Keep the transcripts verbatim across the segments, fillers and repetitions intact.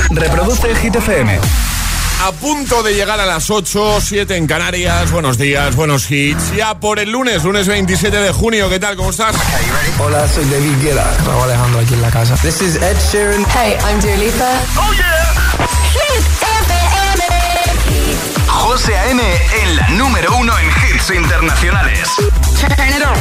Reproduce Hit F M. A punto de llegar a las ocho, siete en Canarias. Buenos días, buenos hits. Ya por el lunes, lunes veintisiete de junio. ¿Qué tal? ¿Cómo estás? Hola, soy David Guetta. Raúl Alejandro aquí en la casa. This is Ed Sheeran. Hey, I'm Dua Lipa. Oh yeah. Hit F M. José A M en la número uno en hits internacionales. Turn it on.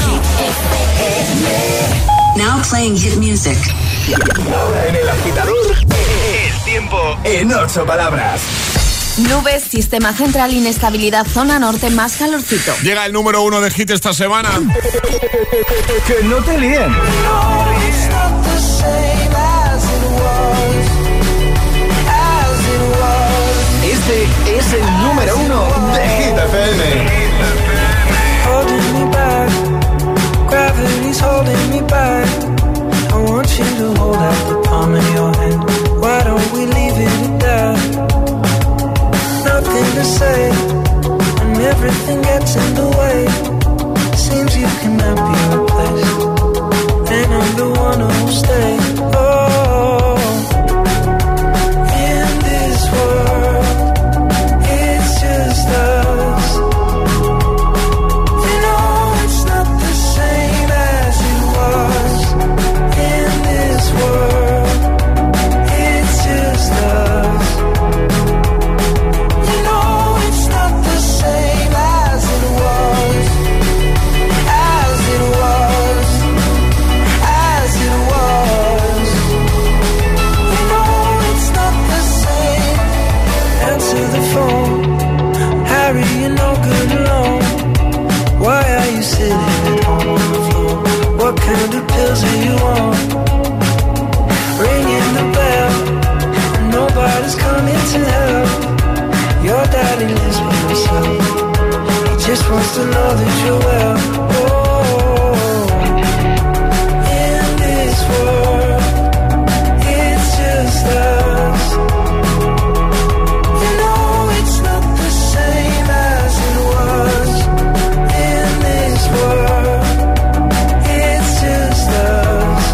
Now playing hit music. Ahora en El Agitador, el tiempo en ocho palabras. Nubes, sistema central, inestabilidad, zona norte, más calorcito. Llega el número uno de hit esta semana. Que no te líen. Este es el número uno de Hit F M. Holding me back, gravity's holding me back. I want you to hold out the palm of your hand. Why don't we leave it at that? Nothing to say, and everything gets in the way. Seems you cannot be replaced, and I'm the one who will stay. Oh, in this world, it's just us. You know it's not the same as it was. In this world, it's just us. You know it's not the same as it was, as it was, as it was. You know it's not the same. Answer the phone, Harry, you're no good alone. Why are you sitting at home on the floor? What kind of pills are you on? Ringing the bell, nobody's coming to help. Your daddy lives by himself. He just wants to know that you're well. Oh, in this world, it's just us. You know it's not the same as it was. In this world, it's just us.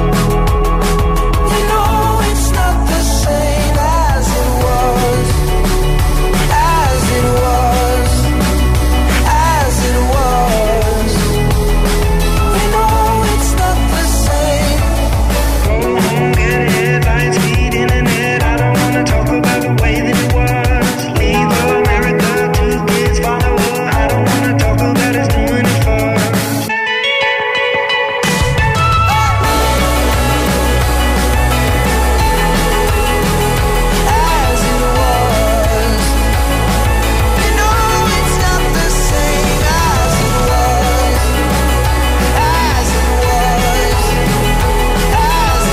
You know it's not the same as it was, as it was, as it was. You know it's not the same. Go home, get headlines, feed internet. I don't wanna talk about the way that it was. Leave America, two kids follow her. I don't wanna talk about us doing it first. As it was. You know it's not the same as it was, as it was, as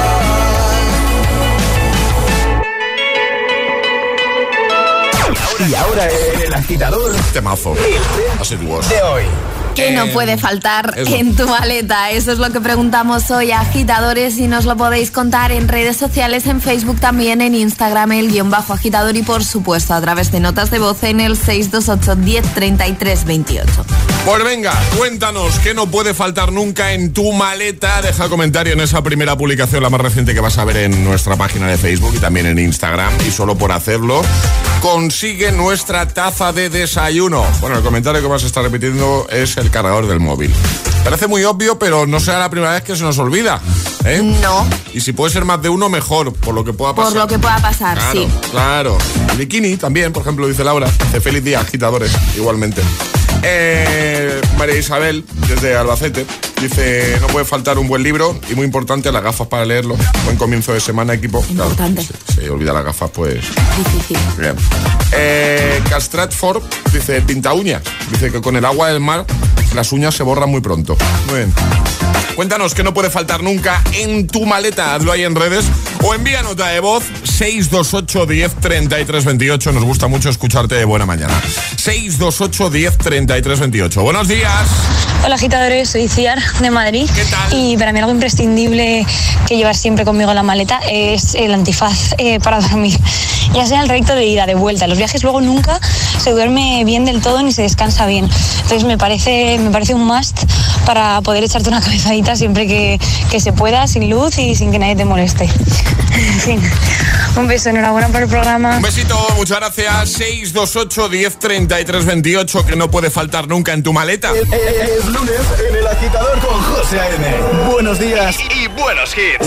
it was. Y ahora en El Agitador, Temazo. As it was. de hoy. ¿Qué no Eh, puede faltar eso. en tu maleta? Eso es lo que preguntamos hoy a agitadores y nos lo podéis contar en redes sociales, en Facebook, también en Instagram, el guión bajo agitador y por supuesto a través de notas de voz en el seis dos ocho, diez, treinta y tres, veintiocho. Pues venga, cuéntanos qué no puede faltar nunca en tu maleta. Deja comentario en esa primera publicación, la más reciente que vas a ver en nuestra página de Facebook y también en Instagram. Y solo por hacerlo, consigue nuestra taza de desayuno. Bueno, el comentario que vas a estar repitiendo es el cargador del móvil. Parece muy obvio, pero no será la primera vez que se nos olvida, ¿eh? No. Y si puede ser más de uno, mejor, por lo que pueda pasar. Por lo que pueda pasar, Claro, sí. claro. El bikini también, por ejemplo, dice Laura. Dice feliz día, agitadores, igualmente. Eh, María Isabel, desde Albacete, dice: no puede faltar un buen libro y muy importante, las gafas para leerlo. Buen comienzo de semana, equipo. Importante. Claro, se, se olvida las gafas, pues. Difícil. Bien. Eh, Castratford dice: pinta uñas. Dice que con el agua del mar las uñas se borran muy pronto. Muy bien. Cuéntanos qué no puede faltar nunca en tu maleta. Hazlo ahí en redes o envía nota de voz seis dos ocho, diez, treinta y tres, veintiocho. Nos gusta mucho escucharte de buena mañana. seis dos ocho, diez, treinta y tres, veintiocho. Buenos días. Hola agitadores, soy Ciar de Madrid. ¿Qué tal? Y para mí algo imprescindible que llevar siempre conmigo en la maleta es el antifaz eh, para dormir. Ya sea el trayecto de ida, de vuelta. Los viajes luego nunca se duerme bien del todo ni se descansa bien. Entonces me parece, me parece un must para poder echarte una cabezadita siempre que, que se pueda, sin luz y sin que nadie te moleste. En fin, Un beso, enhorabuena por el programa. Un besito, muchas gracias. seis dos ocho, diez, treinta y tres, veintiocho, que no puede faltar nunca en tu maleta. Es, es lunes en El Agitador con José A M. Buenos días y, y buenos hits.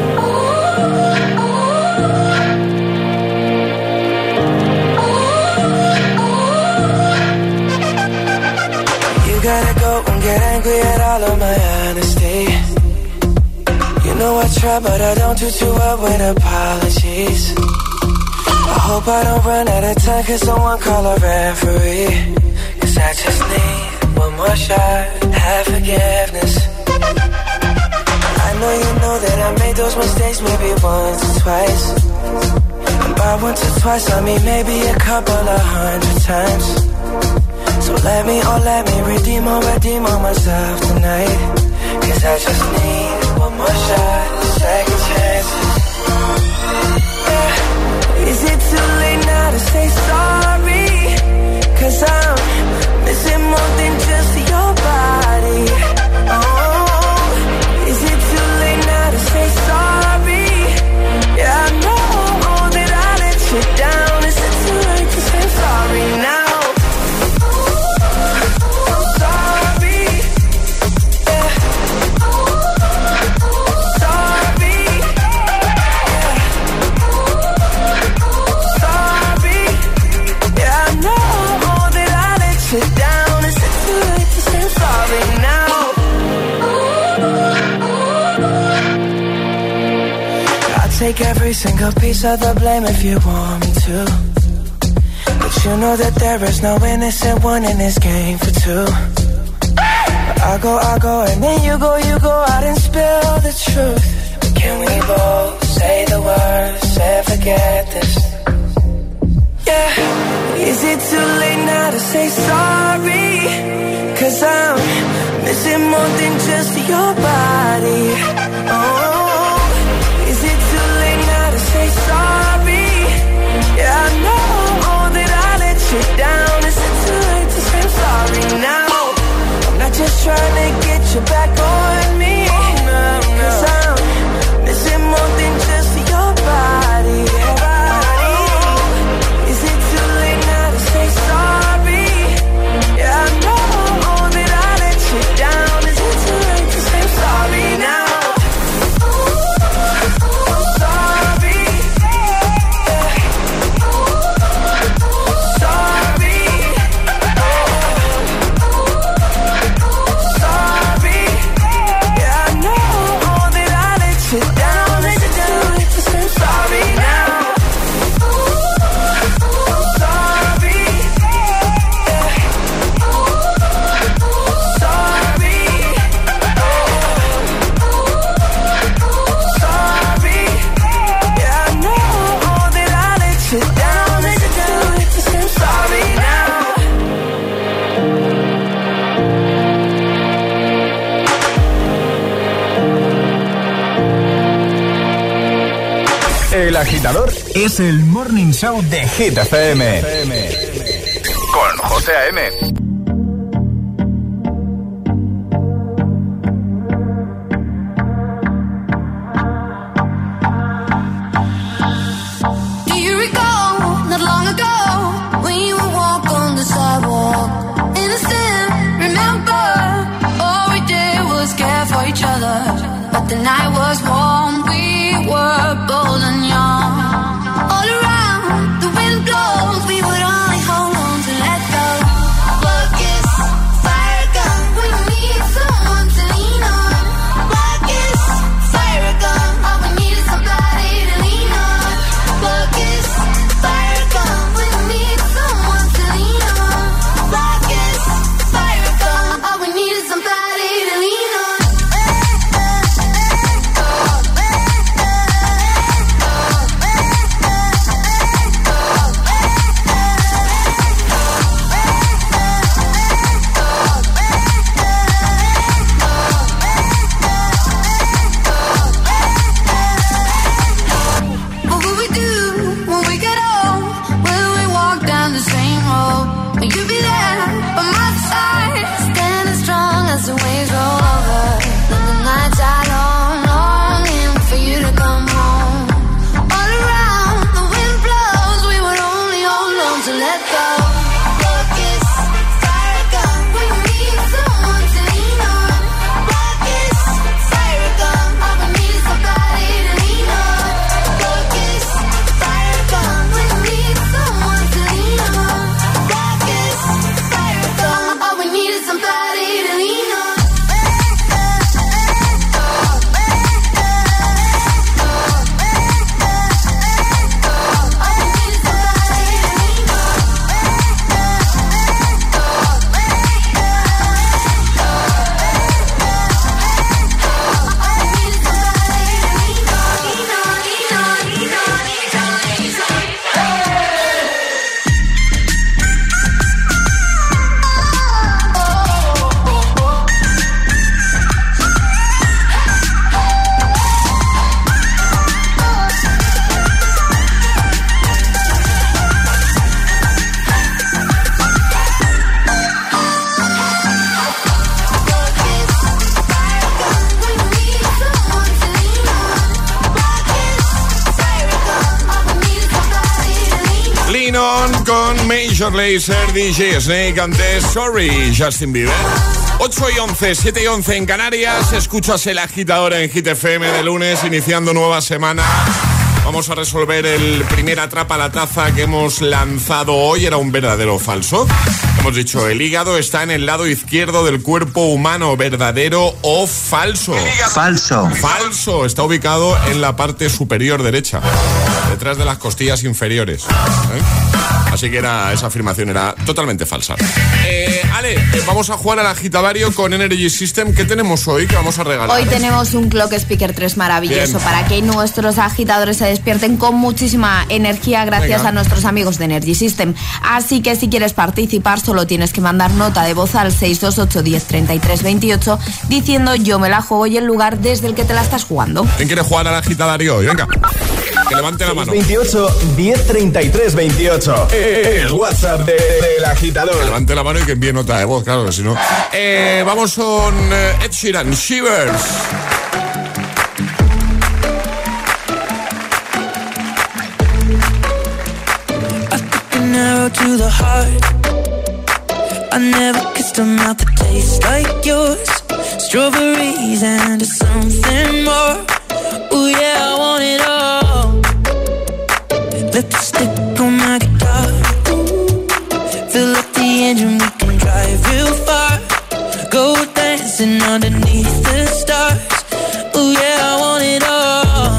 You gotta go and get angry at all of my honesty. You know I try, but I don't do too well with apologies. I hope I don't run out of time, cause someone call a referee. Cause I just need one more shot, have forgiveness. I know you know that I made those mistakes maybe once or twice. And by once or twice I mean maybe a couple of hundred times. So let me, oh let me redeem or redeem on myself tonight. Cause I just need one more shot, second chances. Yeah. Is it too late now to say sorry? Cause I'm missing more than just your body. Oh, is it too late now to say sorry? Yeah, I know that I let you down. Is it too late to say sorry now? Take every single piece of the blame if you want me to. But you know that there is no innocent one in this game for two. But I go, I go, and then you go, you go out and spill the truth. But can we both say the words and forget this? Yeah. Is it too late now to say sorry? Cause I'm missing more than just your body. Oh, say sorry. Yeah, I know that I let you down. Is it too late to say sorry now? I'm not just trying to get you back on me. No, no. Cause I'm missing more than just your body. Oh, is it too late now to say sorry? Yeah, I know that I let you down. Is it too late to say sorry now? El Agitador es el Morning Show de Hit F M. Con José A M. But the night was warm, we were bold and young. All around, the wind blows, we would only hold on to let go. But On con Major Lazer, D J Snake, antes Sorry, Justin Bieber. ocho y once, siete y once en Canarias. Escuchas El Agitador en Hit F M de lunes, iniciando nueva semana. Vamos a resolver el primer atrapa la taza que hemos lanzado hoy. ¿Era un verdadero o falso? Hemos dicho, el hígado está en el lado izquierdo del cuerpo humano. ¿Verdadero o falso? Falso. Falso. Está ubicado en la parte superior derecha, detrás de las costillas inferiores. ¿Eh? Así que era, esa afirmación era totalmente falsa. Eh, Ale, eh, vamos a jugar al agitadario con Energy System. ¿Qué tenemos hoy? ¿Qué vamos a regalar? Hoy tenemos un Clock Speaker tres maravilloso. Bien. Para que nuestros agitadores se despierten con muchísima energía gracias Venga. a nuestros amigos de Energy System. Así que si quieres participar, solo tienes que mandar nota de voz al seis dos ocho, uno cero, tres tres dos ocho diciendo yo me la juego y el lugar desde el que te la estás jugando. ¿Quién quiere jugar al agitadario hoy? Venga, que levante la mano. veintiocho, diez, treinta y tres, veintiocho. El WhatsApp del de, agitador. Que levante la mano y que envíe nota de voz, claro, que si no. Eh, vamos con Ed Sheeran, Shivers. Arrow to the heart. I never kissed a mouth that tastes like yours. Strawberries and something more. Ooh yeah, I want it all. Lipstick on my guitar. Fill up the engine, we can drive real far. Go dancing underneath the stars. Ooh yeah, I want it all.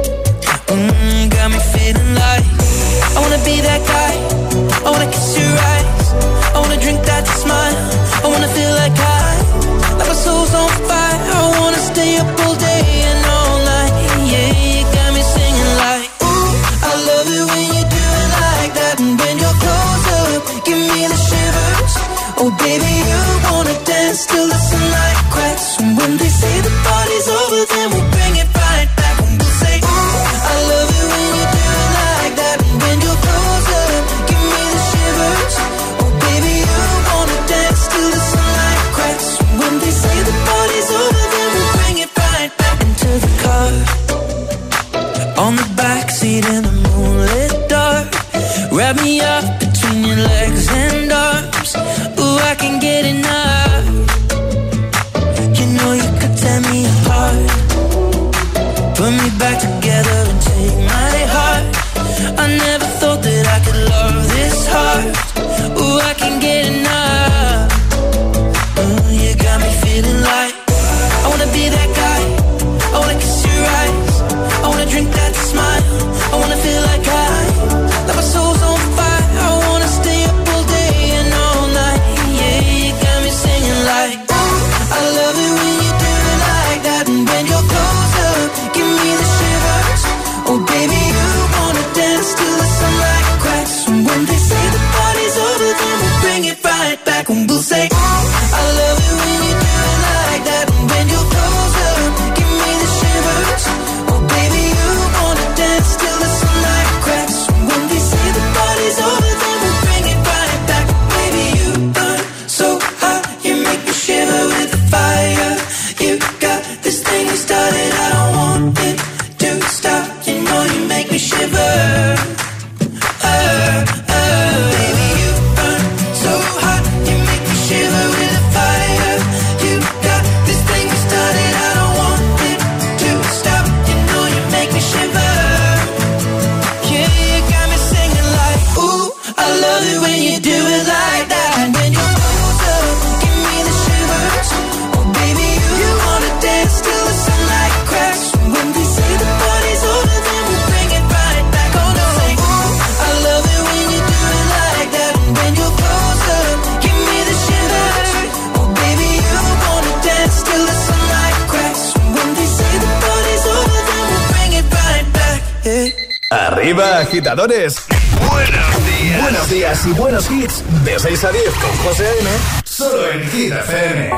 Mm, got me feeling like I wanna be that guy. I wanna kiss your eyes. I wanna drink that smile. I wanna feel like I, like my soul's on fire. I wanna stay up all day and all night. Yeah, you got me singing like, ooh, I love it when you do it like that. And when you're close up, give me the shivers. Oh baby, you wanna dance till the sunlight cracks. And when they say the party's over, then we'll bring it right back. And we'll say, ooh, I love it when you do it like that. And when you're close up, give me the shivers. Oh baby, you wanna dance till the sunlight cracks. And when they say the party's over, then we'll bring it right back into the car. On the backseat in the moonlit dark. Wrap me up between your legs and arms. Ooh, I can get enough. You know you could tear me apart. Put me back together and take my heart. I never thought that I could love this hard. Ooh, I can get enough. Ooh, you got me feeling like I wanna be that guy. I wanna kiss your eyes. I wanna drink that smile. I wanna feel like I, like my soul's on fire. I wanna stay up all day and all night. Yeah, you got me singing like, ooh, I love it when you do it like that. And when you're close up, give me the shivers. Oh baby, you wanna dance till the sunlight cracks. And when they say the party's over, then we'll bring it right back. And we'll say, ooh, I love it when you do it like that. And when you're close up, give me the shivers. Oh baby, you wanna dance till the sunlight cracks. And when they say the party's over, then we'll bring it right back. Baby, you burn so hot, you make me shiver with the fire. You got this thing you started, I don't want it to stop. You know you make me shiver. Uh, uh, baby, you burn so hot, you make me shiver with the fire. You got this thing you started, I don't want it to stop. You know you make me shiver. Yeah, you got me singing like, ooh, I love it when you do it like that. And when you're close up, give me the shivers. Oh baby, you wanna dance till the sunlight cracks. And when they say the party's over, then we'll bring it right back. Oh no, say, ooh, I love it when you do it like that. And when you're close up, give me the shivers. Oh baby, you wanna dance till the sunlight cracks. And when they say the party's over, then we'll bring it right back. Yeah. Arriba, agitadores. Buenos días. Buenos días y buenos hits. De seis a diez con José A M. Solo en Hit F M.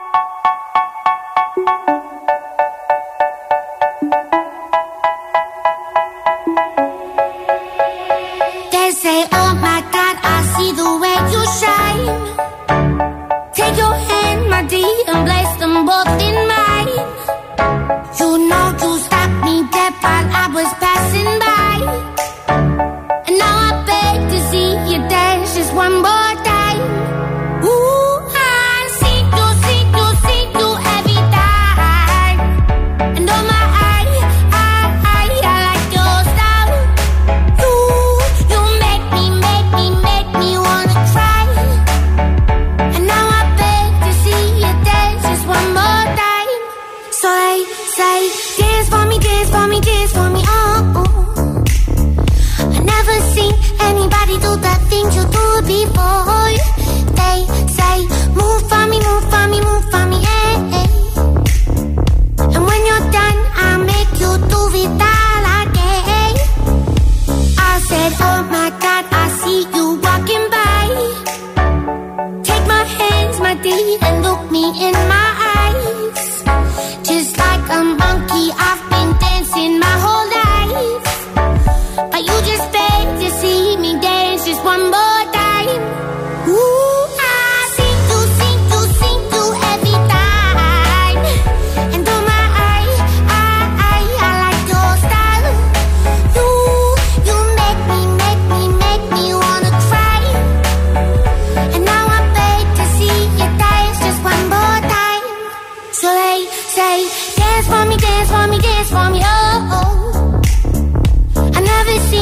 They say, oh my God, I see the way you shine. Take your hand, my dear, and place them both in mine. You know you stopped me dead while I was passing by. And now I beg to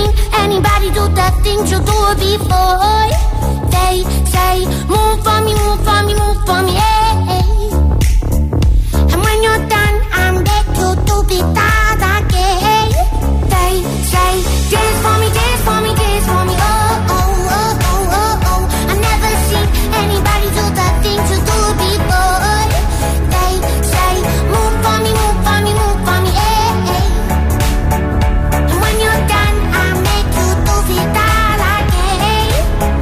seen anybody do the things you do before. They say, move for me, move for me, move for me, hey. And when you're done, I'm back to do be that again. They say, dance for me, dance for me, dance for me, oh, oh, oh, oh, oh, oh. I never seen anybody do the things you do before. They say, move for me, move for me, move for me, hey, hey. And when you're done, I'll make you do it all again.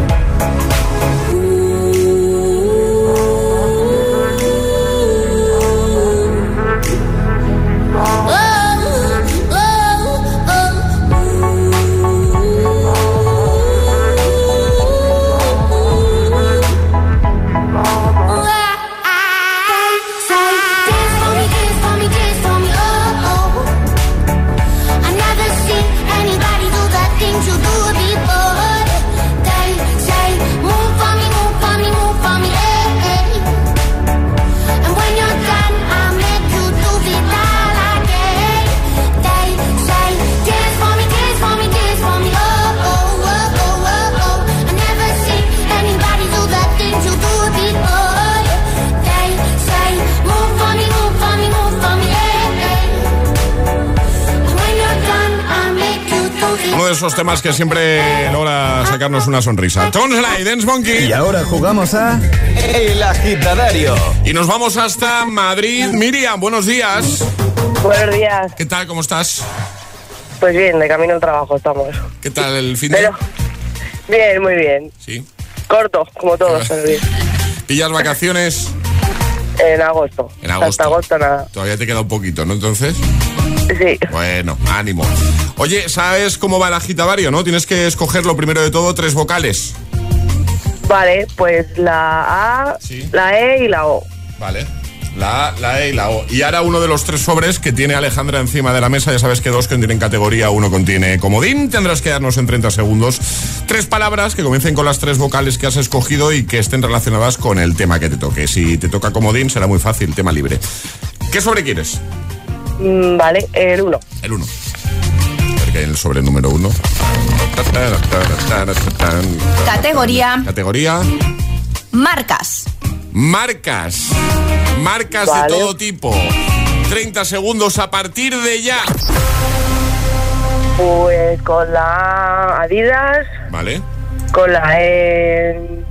Oh, oh, oh, Esos temas que siempre logra sacarnos una sonrisa. Tonsley, Dance Monkey. Y ahora jugamos a El Agitadario. Y nos vamos hasta Madrid. Miriam, buenos días. Buenos días. ¿Qué tal? ¿Cómo estás? Pues bien, de camino al trabajo estamos. ¿Qué tal el fin de...? Pero, bien, muy bien. Sí. Corto, como todos, pero bien. ¿Pillas vacaciones? En agosto. En agosto. Hasta agosto nada. Todavía te queda un poquito, ¿no? Entonces... Sí. Bueno, ánimo. Oye, ¿sabes cómo va el agitavario, no? Tienes que escoger lo primero de todo, tres vocales. Vale, pues la A, sí, la E y la O. Vale. La A, la E y la O. Y ahora uno de los tres sobres que tiene Alejandra encima de la mesa. Ya sabes que dos contienen categoría, uno contiene comodín. Tendrás que darnos en treinta segundos tres palabras que comiencen con las tres vocales que has escogido y que estén relacionadas con el tema que te toque. Si te toca comodín será muy fácil, tema libre. ¿Qué sobre quieres? Mm, vale, el uno. El uno. A ver qué hay en el sobre número uno. Categoría. Categoría. Marcas. Marcas. Marcas vale. de todo tipo. treinta segundos a partir de ya. Pues con la A, Adidas. Vale. Con la E,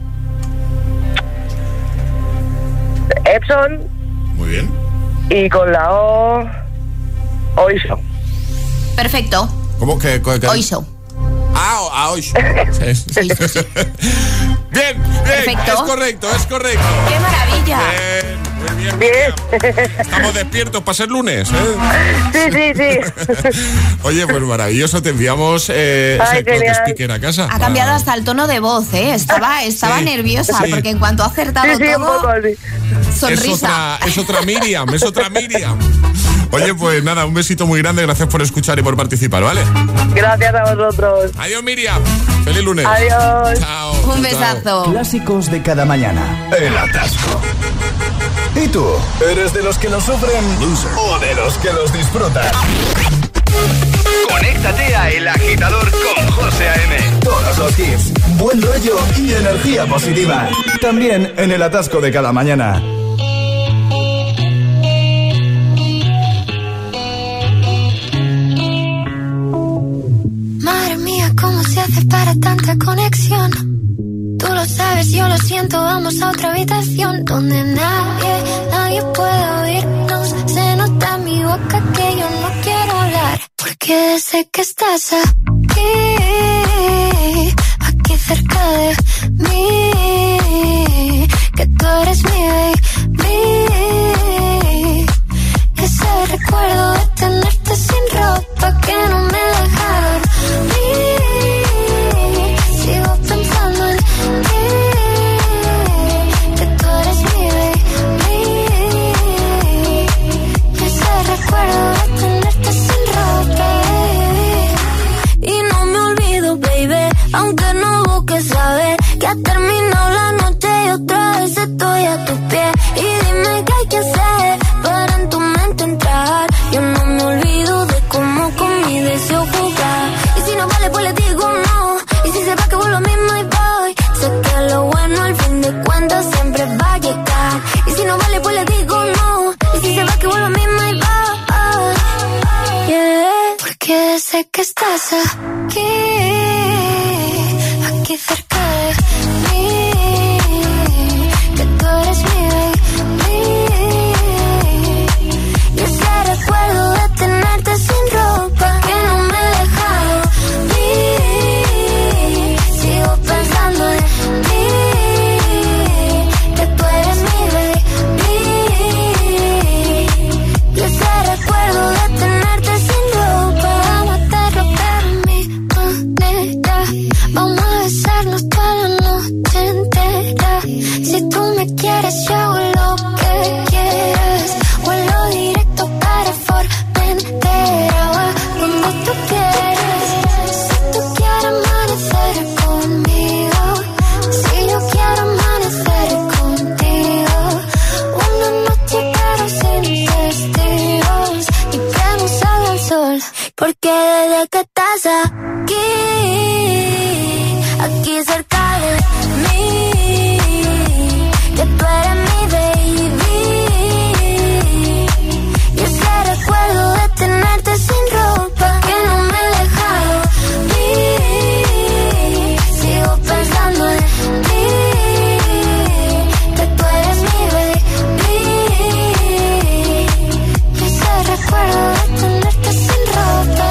Epson. Muy bien. Y con la O, Oiso. Perfecto. ¿Cómo que? que, que... Oiso. Ah, ah, Oiso. Sí, sí. Bien, bien. Perfecto. Es correcto, es correcto. ¡Qué maravilla! Bien, muy bien. Bien. Estamos despiertos para ser lunes, ¿eh? Sí, sí, sí. Oye, pues maravilloso. Te enviamos eh, Ay, ese cloud genial. speaker a casa. Ha cambiado hasta el tono de voz, ¿eh? Estaba, estaba Sí, nerviosa sí. porque en cuanto ha acertado Sí, sí, un todo, poco así. sonrisa. Es otra, es otra Miriam, es otra Miriam. Oye, pues nada, un besito muy grande. Gracias por escuchar y por participar, ¿vale? Gracias a vosotros. Adiós, Miriam. Feliz lunes. Adiós. Chao. Un chao. besazo. Clásicos de cada mañana. El atasco. ¿Y tú? ¿Eres de los que lo sufren o de los que los disfrutan? Conéctate a El Agitador con José A M. Todos los hits, buen rollo y energía positiva. También en el atasco de cada mañana. Madre mía, ¿cómo se hace para tanta conexión? Tú lo sabes, yo lo siento, vamos a otra habitación donde nadie, nadie puede oírnos. Se nota en mi boca que yo no quiero hablar, porque sé que estás aquí, aquí cerca de mí, que tú eres mi baby. Ese recuerdo de tenerte sin ropa que no me deja dormir. Sigo pensando en ti, que tú eres mi baby. Ese recuerdo de tenerte sin ropa, baby. Y no me olvido, baby, aunque no busques saber que ha terminado la noche y otra vez estoy a tus pies. Y dime qué hay que hacer para en tu mente entrar. Yo no me olvido de cómo con mi deseo jugar. Y si no vale, pues que estás aquí, aquí cerca de mí, que tú eres mi baby. Y ese recuerdo de tenerte sin ropa que no me he dejado ir. Sigo pensando en ti, que tú eres mi baby. Y ese recuerdo de tenerte sin ropa, vamos a hacerlo pero mi manera. Vamos a besarnos toda la noche entera. Si tú me quieres yo hago lo que quieras. Vuelo directo para Formentera, va donde tú quieras. Si tú quieres amanecer conmigo, si yo quiero amanecer contigo. Una noche pero sin testigos y que no salga el sol, porque desde que estás aquí, aquí cerca de mí, que tú eres mi baby. Y ese recuerdo de tenerte sin ropa que no me he dejado ir. Sigo pensando en ti, que tú eres mi baby. Y ese recuerdo de tenerte sin ropa,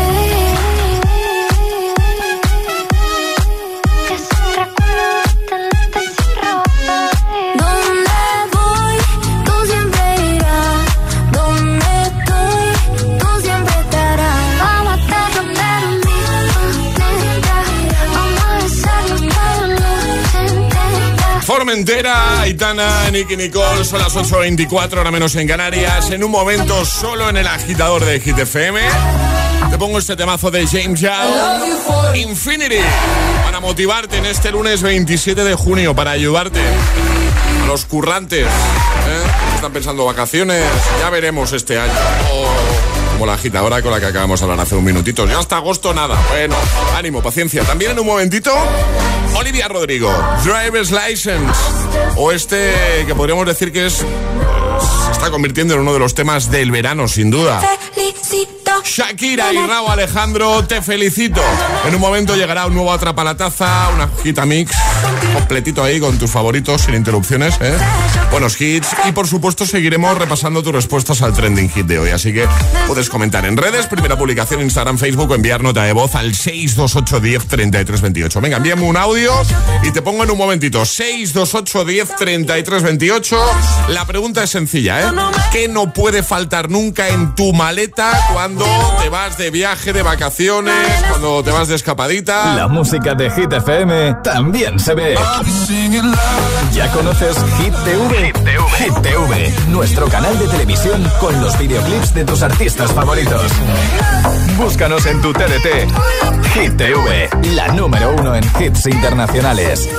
que ese recuerdo de tenerte sin ropa. Donde voy, tú siempre irás. Donde estoy, tú siempre estarás. Vamos a hacerlo pero mi manera. Vamos a besarnos toda la noche entera. Formentera, Aitana, Nicky Nicole, son las ocho veinticuatro, ahora menos en Canarias. En un momento, solo en el agitador de Hit F M, te pongo este temazo de James Young, Infinity, para motivarte en este lunes veintisiete de junio, para ayudarte a los currantes, ¿eh? que están pensando vacaciones, ya veremos este año. Oh, como la agitadora con la que acabamos de hablar hace un minutito. Ya hasta agosto nada. Bueno, ánimo, paciencia. También en un momentito, Olivia Rodrigo, Driver's License. O este que podríamos decir que es, se está convirtiendo en uno de los temas del verano, sin duda. Shakira y Rauw Alejandro, Te Felicito. En un momento llegará un nuevo Atrapa la Taza, una gita mix completito ahí con tus favoritos sin interrupciones, ¿eh? Buenos hits y por supuesto seguiremos repasando tus respuestas al trending hit de hoy, así que puedes comentar en redes, primera publicación Instagram, Facebook o enviar nota de voz al seis dos ocho uno cero tres tres dos ocho. Venga, envíame un audio y te pongo en un momentito. seis dos ocho uno cero tres tres dos ocho. La pregunta es sencilla, ¿eh? ¿Qué no puede faltar nunca en tu maleta cuando te vas de viaje, de vacaciones, cuando te vas de escapadita? La música de Hit F M también se ve. ¿Ya conoces Hit T V? Hit T V. Hit T V, nuestro canal de televisión con los videoclips de tus artistas favoritos. Búscanos en tu T D T. Hit T V, la número uno en hits internacionales.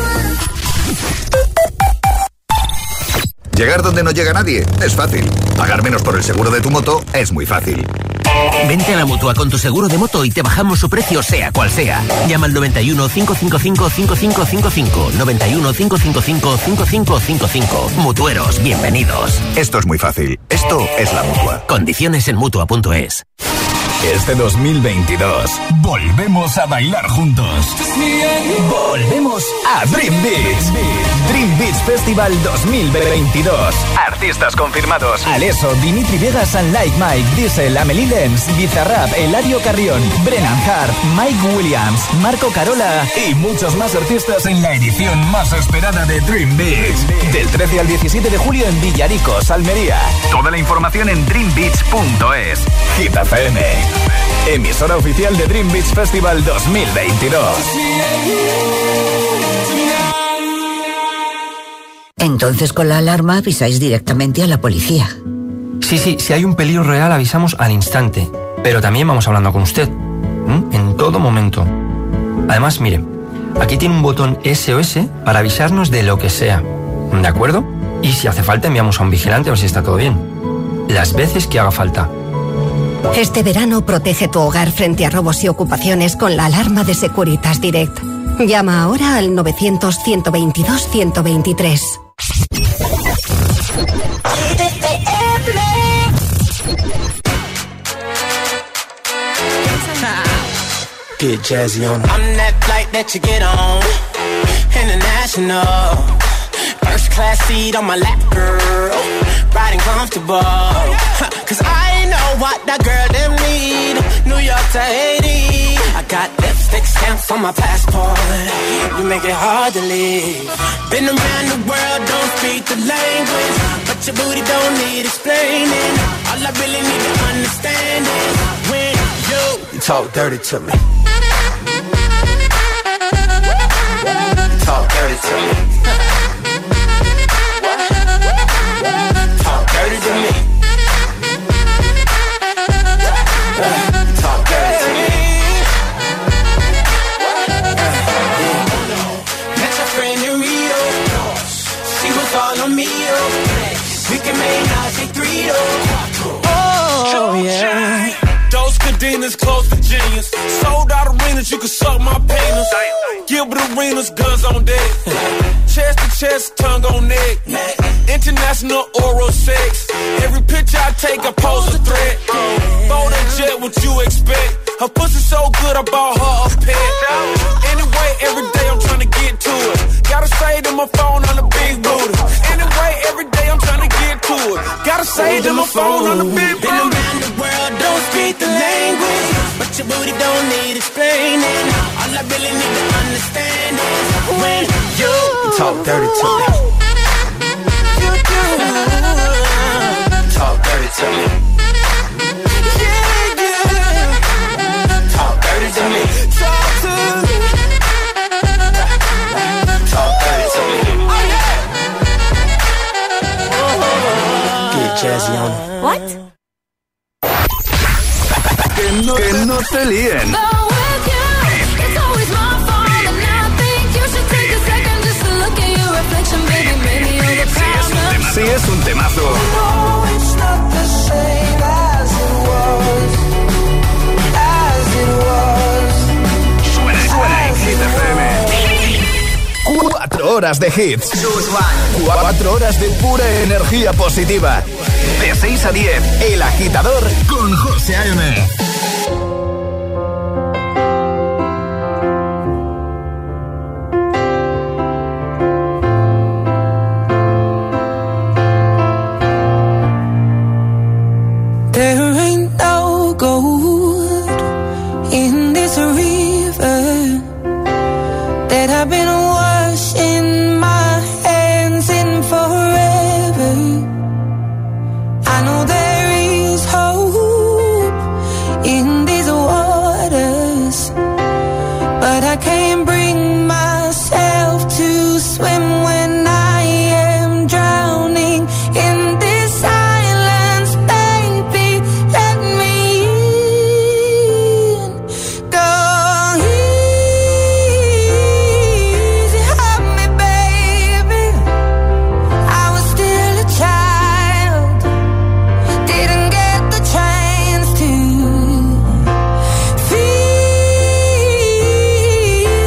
Llegar donde no llega nadie es fácil. Pagar menos por el seguro de tu moto es muy fácil. Vente a la Mutua con tu seguro de moto y te bajamos su precio sea cual sea. Llama al noventa y uno, cinco cinco cinco, cinco cinco cinco cinco. noventa y uno, cinco cinco cinco, cinco cinco cinco cinco. Mutueros, bienvenidos. Esto es muy fácil. Esto es la Mutua. Condiciones en Mutua punto es. Este dos mil veintidós volvemos a bailar juntos. Volvemos a Dream Beats. Dream Beats Festival dos mil veintidós. Artistas confirmados: Alesso, Dimitri Vegas and Like Mike, Diesel, Amelie Lenz, Bizarrap, Eladio Carrión, Brennan Hart, Mike Williams, Marco Carola y muchos más artistas en la edición más esperada de Dream Beats. Del trece al diecisiete de julio en Villaricos, Almería. Toda la información en dream beats punto es. Hit F M, emisora oficial de Dream Beats Festival dos mil veintidós. Entonces con la alarma avisáis directamente a la policía. Sí, sí, si hay un peligro real avisamos al instante. Pero también vamos hablando con usted, ¿m? En todo momento. Además, mire, aquí tiene un botón S O S para avisarnos de lo que sea. ¿De acuerdo? Y si hace falta enviamos a un vigilante a ver si está todo bien. Las veces que haga falta. Este verano protege tu hogar frente a robos y ocupaciones con la alarma de Securitas Direct. Llama ahora al novecientos, ciento veintidós, ciento veintitrés. Get jazzy on. I'm that flight that you get on. International. First class seat on my lap, girl. Riding comfortable. Cause I know what that girl them need. New York to Haiti. I got lipstick stamps on my passport. You make it hard to leave. Been around the world, don't speak the language. But your booty don't need explaining. All I really need to understand is when you, you talk dirty to me. Talk dirty to me. Talk dirty to me. Talk dirty to me. Met your friend in Rio. She was all on me. We can make Nazi three though. Oh yeah. Those cadenas close to genius. Sold out arenas, you can suck my penis. Gilbert Arenas, guns on deck. Chest to chest, tongue on neck. International oral sex. Every picture I take, I pose a threat. Phone and jet, what you expect? Her pussy so good, I bought her a pet. Anyway, every day I'm trying to get to it. Gotta say to my phone on the big booty. Anyway, every day I'm trying to get to it. Gotta say to my phone on the big booty. Been around the world, don't speak the language. But your booty don't need explaining. All I really need to understand is when you talk dirty to me. You do. Talk dirty to me. Yeah, yeah. Talk dirty to me. Talk to me. Talk dirty to me. Oh, yeah. Get jazzy on it. What? Que no, que no te líen. Sí, es un temazo. Suena, suena en Hit F M. Cuatro horas de hits. Cuatro horas de pura energía positiva. De seis a diez, El Agitador con José A M. There ain't no gold in this river that I've been washing my hands in forever. I know there is hope in these waters, but I can't bring myself to swim when I am drowning in this silence. Baby, let me in. Go easy on me, baby. I was still a child, didn't get the chance to feel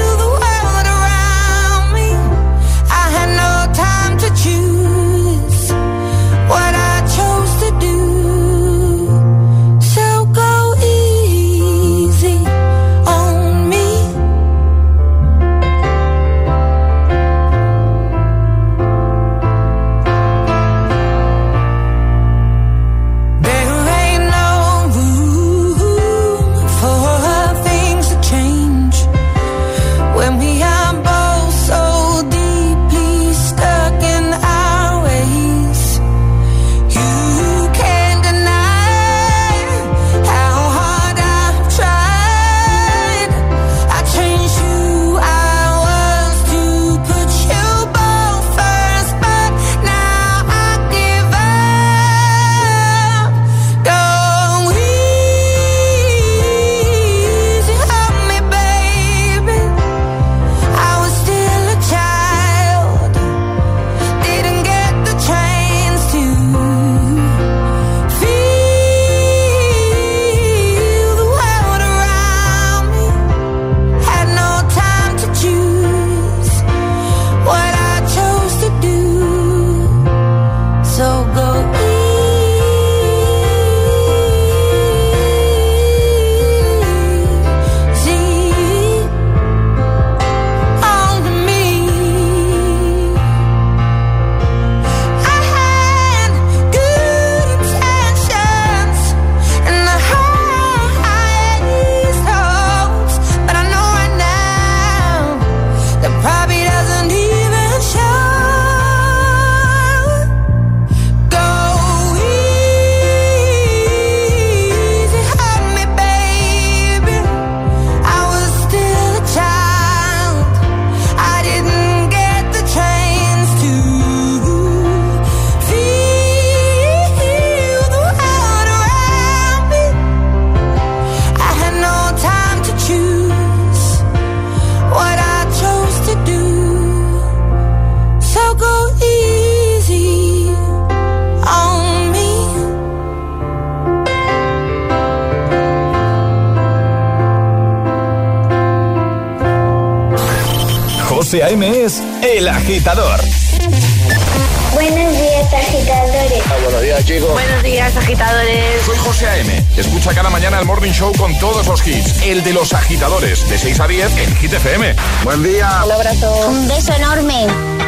José A.M. es El Agitador. Buenos días, agitadores. Ah, buenos días, chicos. Buenos días, agitadores. Soy José A.M. Escucha cada mañana el Morning Show con todos los hits. El de los agitadores, de seis a diez en Hit F M. Buen día. Un abrazo. Un beso enorme.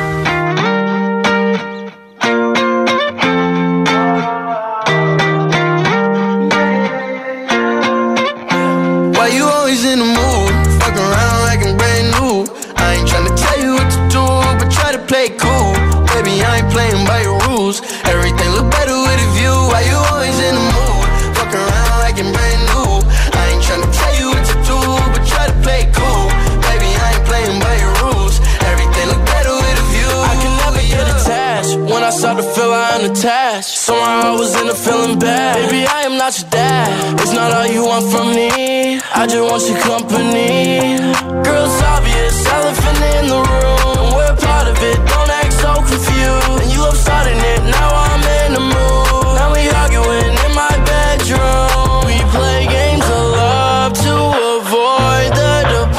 Why you always in the mood? Fuck around like I'm brand new. I ain't tryna tell you what to do, but try to play cool. Baby, I ain't playing by your rules. Everything look better with a view. Why you always in the mood? Fuck around like I'm brand new. I ain't tryna tell you what to do, but try to play cool. Baby, I ain't playing by your rules. Everything look better with a view. I can never get attached. When I start to feel I am attached, somehow I was in a feeling bad. Baby, I am not your dad. It's not all you want from me. I just want your company. Girl, it's obvious, elephant in the room. We're part of it, don't act so confused. And you love starting it, now I'm in the mood. Now we arguing in my bedroom. We play games of love to avoid the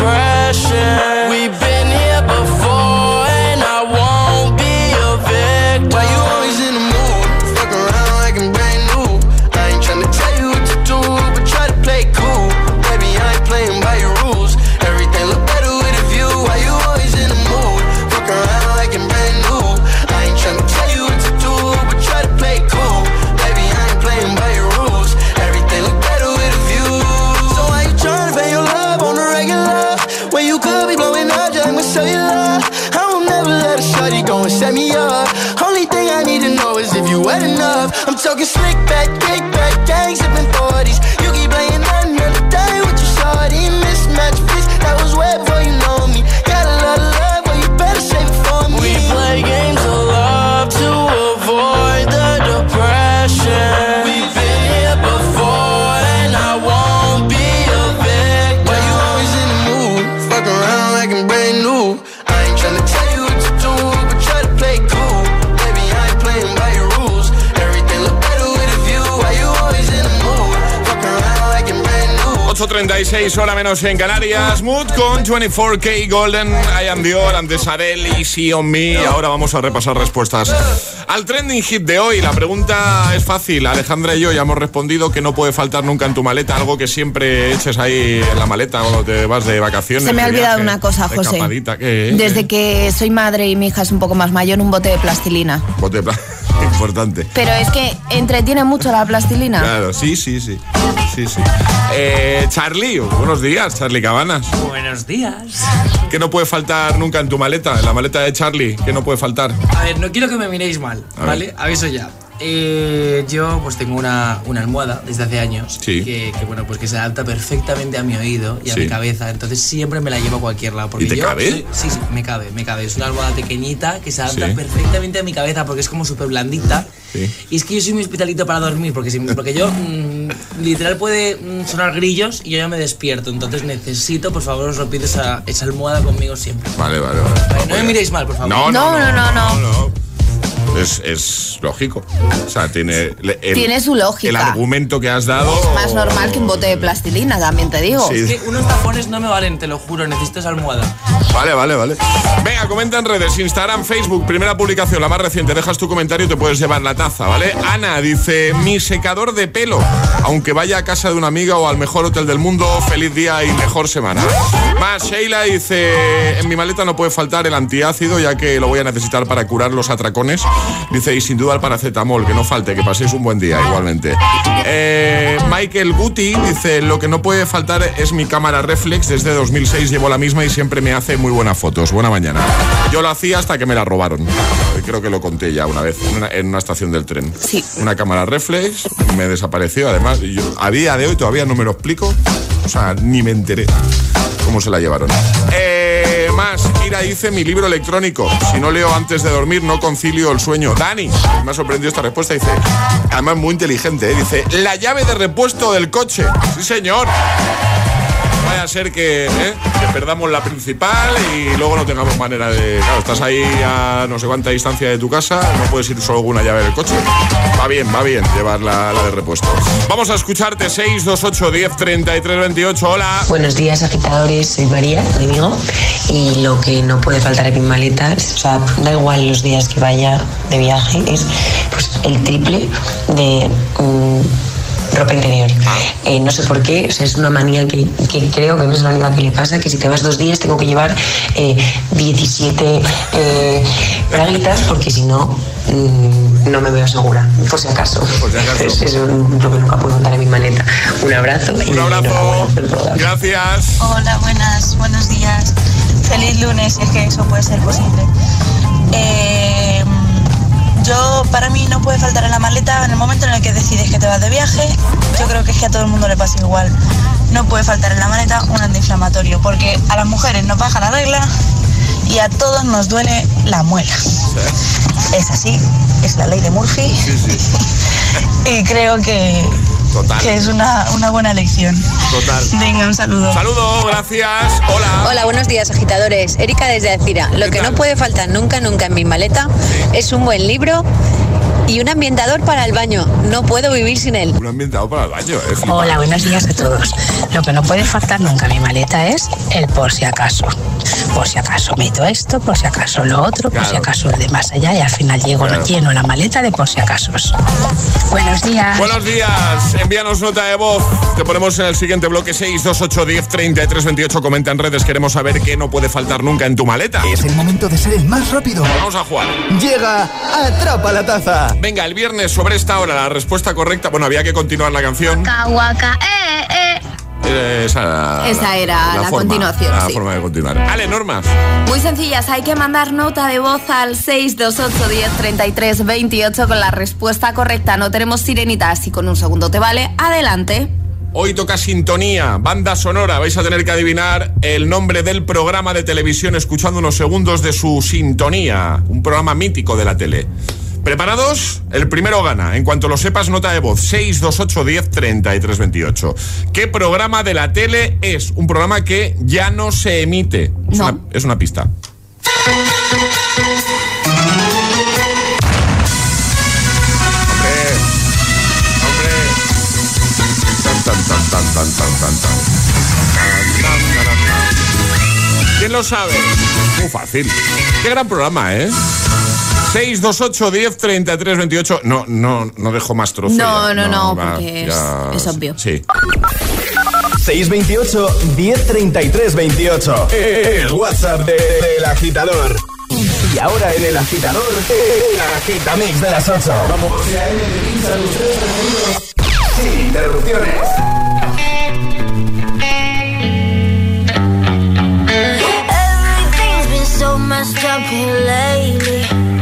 depression. We've been here before and I won't be a victim. Why you always in the mood? Fuck around like I'm brand new. I ain't tryna tell you what to do, but try to play cool. Baby, I ain't playing by your rules. Everything look better with a view. Why you always in the mood? Fuck around like I'm brand new. I ain't tryna tell you what to do, but try to play cool. Baby, I ain't playing by your rules. Everything look better with a view. So why you tryna pay your love on the regular when you could be blowing up just like my cellular? I will never let a shorty go and set me up. Only thing I need to know is if you wet enough. I'm talking slick back, kick back, gang sipping forties. You keep playing another day with your shorty. Mismatch fish, that was way before you know me. Got a lot of love, but you better save it for me. We play games of love to avoid the depression. We've been here before and I won't be a victim. Why you always in the mood? Fuck around like I'm brand new. I ain't tryna tell you what to do, but try to play cool. Baby, I ain't playing by your rules. Everything look better with a view. Why you always in the mood? Fuck around like I'm brand new. ocho treinta y seis, hora menos en Canarias. Mood con veinticuatro K Golden, I Am Dior, antes Adele, Easy on Me. Ahora vamos a repasar respuestas al trending hit de hoy. La pregunta es fácil. Alejandra y yo ya hemos respondido que no puede faltar nunca en tu maleta algo que siempre eches ahí en la maleta cuando te vas de vacaciones. Se me ha de olvidado viaje, una cosa, José. escapadita. ¿Qué? Desde que soy madre y mi hija es un poco más mayor, un bote de plastilina. Bote de plastilina. Importante. Pero es que entretiene mucho la plastilina. Claro, sí, sí, sí. Sí, sí. Eh, Charlie, buenos días, Charlie Cabanas. Buenos días. ¿Qué no puede faltar nunca en tu maleta? En la maleta de Charlie, ¿qué no puede faltar? A ver, no quiero que me miréis mal, A ¿vale? ver. Aviso ya. Eh, yo pues tengo una, una almohada desde hace años Sí. que, que bueno pues que se adapta perfectamente a mi oído y a Sí. mi cabeza, entonces siempre me la llevo a cualquier lado porque ¿Y te yo cabe? soy- sí, sí, me cabe, me cabe. Es una almohada pequeñita que se adapta Sí. perfectamente a mi cabeza porque es como súper blandita. Sí. Y es que yo soy muy hospitalito para dormir porque, si- porque yo mm, literal puede mm, sonar grillos y yo ya me despierto, entonces necesito, por favor, os lo pido, esa, esa almohada conmigo siempre. Vale, vale, vale. Vale, no me miréis mal, por favor. No, no, No, no, no, no. Es, es lógico. O sea, tiene... el- Tiene su lógica. El argumento que has dado... Es más normal que un bote de plastilina, también te digo. Sí. Es que unos tapones no me valen, te lo juro, necesito esa almohada. Vale, vale, vale. Venga, comenta en redes, Instagram, Facebook, primera publicación, la más reciente. Dejas tu comentario y te puedes llevar la taza, ¿vale? Ana dice, mi secador de pelo. Aunque vaya a casa de una amiga o al mejor hotel del mundo, feliz día y mejor semana. Más, Sheila dice, en mi maleta no puede faltar el antiácido, ya que lo voy a necesitar para curar los atracones. Dice, y sin duda el paracetamol, que no falte, que paséis un buen día igualmente. Eh, Michael Guti dice, lo que no puede faltar es mi cámara reflex. Desde dos mil seis llevo la misma y siempre me hace muy buenas fotos. Buena mañana. Yo lo hacía hasta que me la robaron. Creo que lo conté ya una vez en una, en una estación del tren. Sí. Una cámara reflex me desapareció. Además, yo, a día de hoy todavía no me lo explico. O sea, ni me enteré cómo se la llevaron. Eh, más, Ira dice, mi libro electrónico. Si no leo antes de dormir, no concilio el sueño. Dani, me ha sorprendido esta respuesta. Dice, además muy inteligente, ¿eh? Dice, la llave de repuesto del coche. Sí, señor. vaya a ser que, ¿eh? que perdamos la principal y luego no tengamos manera de... Claro, estás ahí a no sé cuánta distancia de tu casa, no puedes ir solo con una llave del coche. Va bien, va bien llevar la, la de repuesto. Vamos a escucharte. Seis dos ocho diez treinta y tres veintiocho. Hola. Buenos días, agitadores. Soy María, mi amigo. Y lo que no puede faltar en mi maleta, o sea, da igual los días que vaya de viaje, es pues el triple de um, ropa interior. Eh, no sé por qué, o sea, es una manía que, que creo que no es la única que le pasa, que si te vas dos días tengo que llevar eh, diecisiete eh, braguitas, porque si no, mmm, no me veo segura, por si acaso. Por si acaso. Es, es un, lo que nunca puedo contar en mi maleta. Un abrazo. Un y abrazo. Gracias. Hola, buenas, buenos días. Feliz lunes, si es que eso puede ser posible. Eh, yo, para mí, no puede faltar en la maleta en el momento en el que decides que te vas de viaje. Yo creo que es que a todo el mundo le pasa igual. No puede faltar en la maleta un antiinflamatorio, porque a las mujeres nos baja la regla y a todos nos duele la muela. Sí. Es así, es la ley de Murphy. Sí, sí. Y creo que... Total. Que es una, una buena elección. Total. Venga, un saludo. Saludo, gracias. Hola. Hola, buenos días, agitadores. Erika desde Alcira. Lo que tal? No puede faltar nunca, nunca en mi maleta sí. es un buen libro y un ambientador para el baño. No puedo vivir sin él. Un ambientador para el baño, ¿eh? Hola, buenos días a todos. Lo que no puede faltar nunca en mi maleta es el por si acaso. Por si acaso meto esto, por si acaso lo otro, claro. por si acaso el de más allá y al final llego claro. lleno la maleta de por si acaso. Buenos días. Buenos días. Envíanos nota de voz. Te ponemos en el siguiente bloque. Seis dos ocho diez treinta y tres veintiocho. Comenta en redes. Queremos saber qué no puede faltar nunca en tu maleta. Es el momento de ser el más rápido. Vamos a jugar. Llega Atrapa la Taza. Venga, el viernes sobre esta hora la respuesta correcta. Bueno, había que continuar la canción. Waka, waka, eh, eh. Esa, Esa era la, la, la forma, continuación, la sí. forma de continuar. Ale, normas. Muy sencillas, hay que mandar nota de voz al seis dos ocho diez treinta y tres veintiocho con la respuesta correcta. No tenemos sirenita, si con un segundo te vale, adelante. Hoy toca sintonía, banda sonora. Vais a tener que adivinar el nombre del programa de televisión escuchando unos segundos de su sintonía. Un programa mítico de la tele. ¿Preparados? El primero gana. En cuanto lo sepas, nota de voz. seis dos ocho diez treinta y tres veintiocho. ¿Qué programa de la tele es? Un programa que ya no se emite. Es, no. una, es una pista. Hombre. Hombre. Tan, tan, tan, tan, tan, tan, tan, tan. ¿Quién lo sabe? Muy fácil. Qué gran programa, ¿eh? seis dos ocho diez treinta y tres veintiocho. No, no, no dejo más trozos. No, ya. no, no, no, va, porque ya... es, es obvio. Sí. seis veintiocho diez treinta y tres veintiocho. El WhatsApp del de, de agitador. Y ahora en el agitador, el agitamix de las ocho. Vamos. Sin interrupciones. Everything's been so messed up here lately.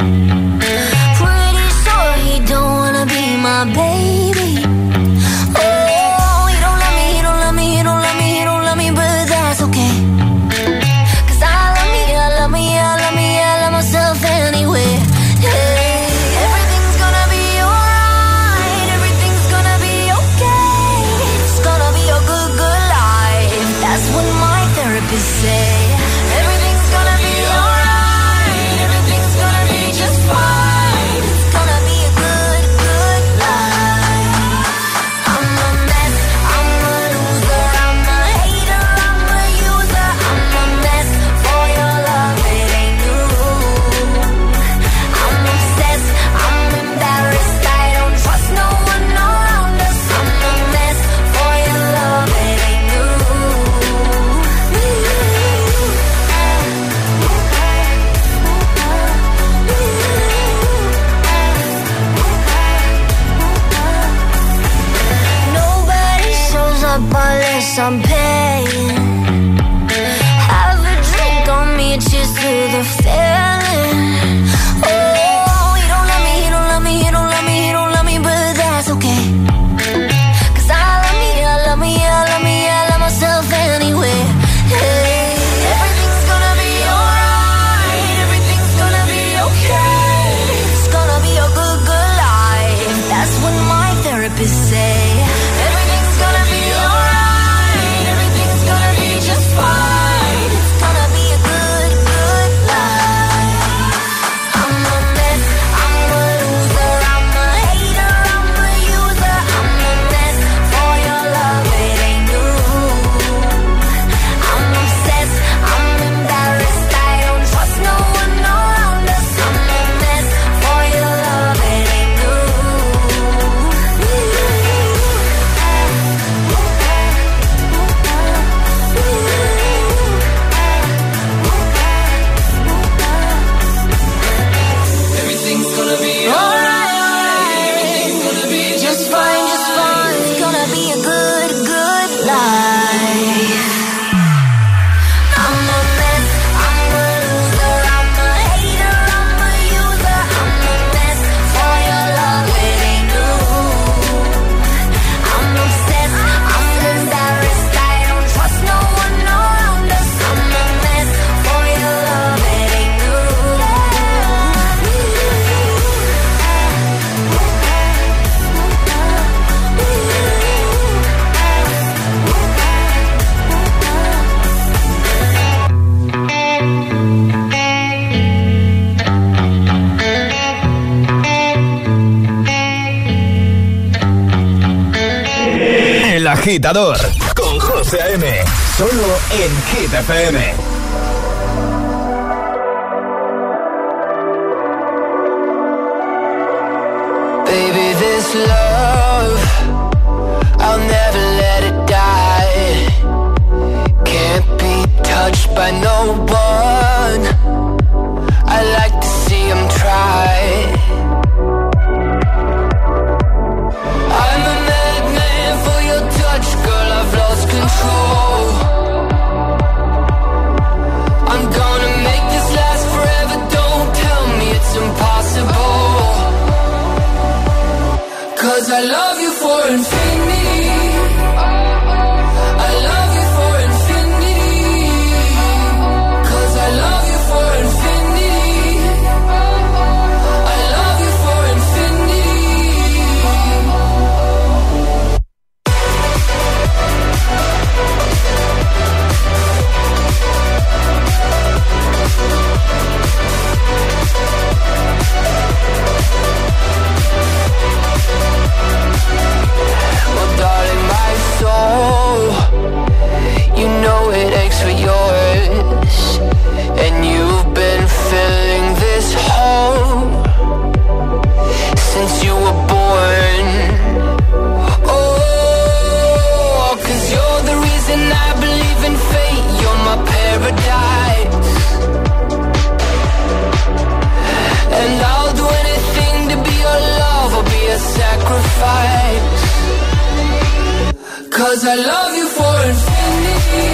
My baby, oh, he don't love me, he don't love me, he don't love me, he don't love me, but that's okay. Cause I love me, I love me, I love me, I love myself anyway. Hey, everything's gonna be alright, everything's gonna be okay. It's gonna be a good, good life. That's what my therapist say. Everything's gonna be alright, everything's gonna be just fine. It's gonna be a good, good life. I'm a mess, I'm a loser, I'm a hater, I'm a user. I'm a mess for your love, it ain't new. I'm obsessed, I'm embarrassed, I don't trust no one around us. I'm a mess for your love, it ain't new. Nobody shows up unless I'm paying. Have a drink on me, cheers to the feeling. Oh, he don't love me, he don't love me, he don't love me, he don't love me, but that's okay. Cause I love me, I love me, I love me, I love myself anyway. Hey, everything's gonna be alright, everything's gonna be okay. It's gonna be a good, good life. That's what my therapist say. Everything's gonna be alright, agitador con José A M. Solo en Hit F M. Baby, this love, I'll never let it die. Can't be touched by no one. I like to see him try. I'm a madman for your touch, girl, I've lost control. I'm gonna make this last forever, don't tell me it's impossible. 'Cause I love you for infinity. I love you for infinity. 'Cause I love you for infinity. I love you for well, darling, my soul, you know it aches for yours, and you've been filling this hole since you were born. Oh, 'cause you're the reason I believe in fate. You're my paradise, and I'll do anything to be your love or be a sacrifice. 'Cause I love you for infinity.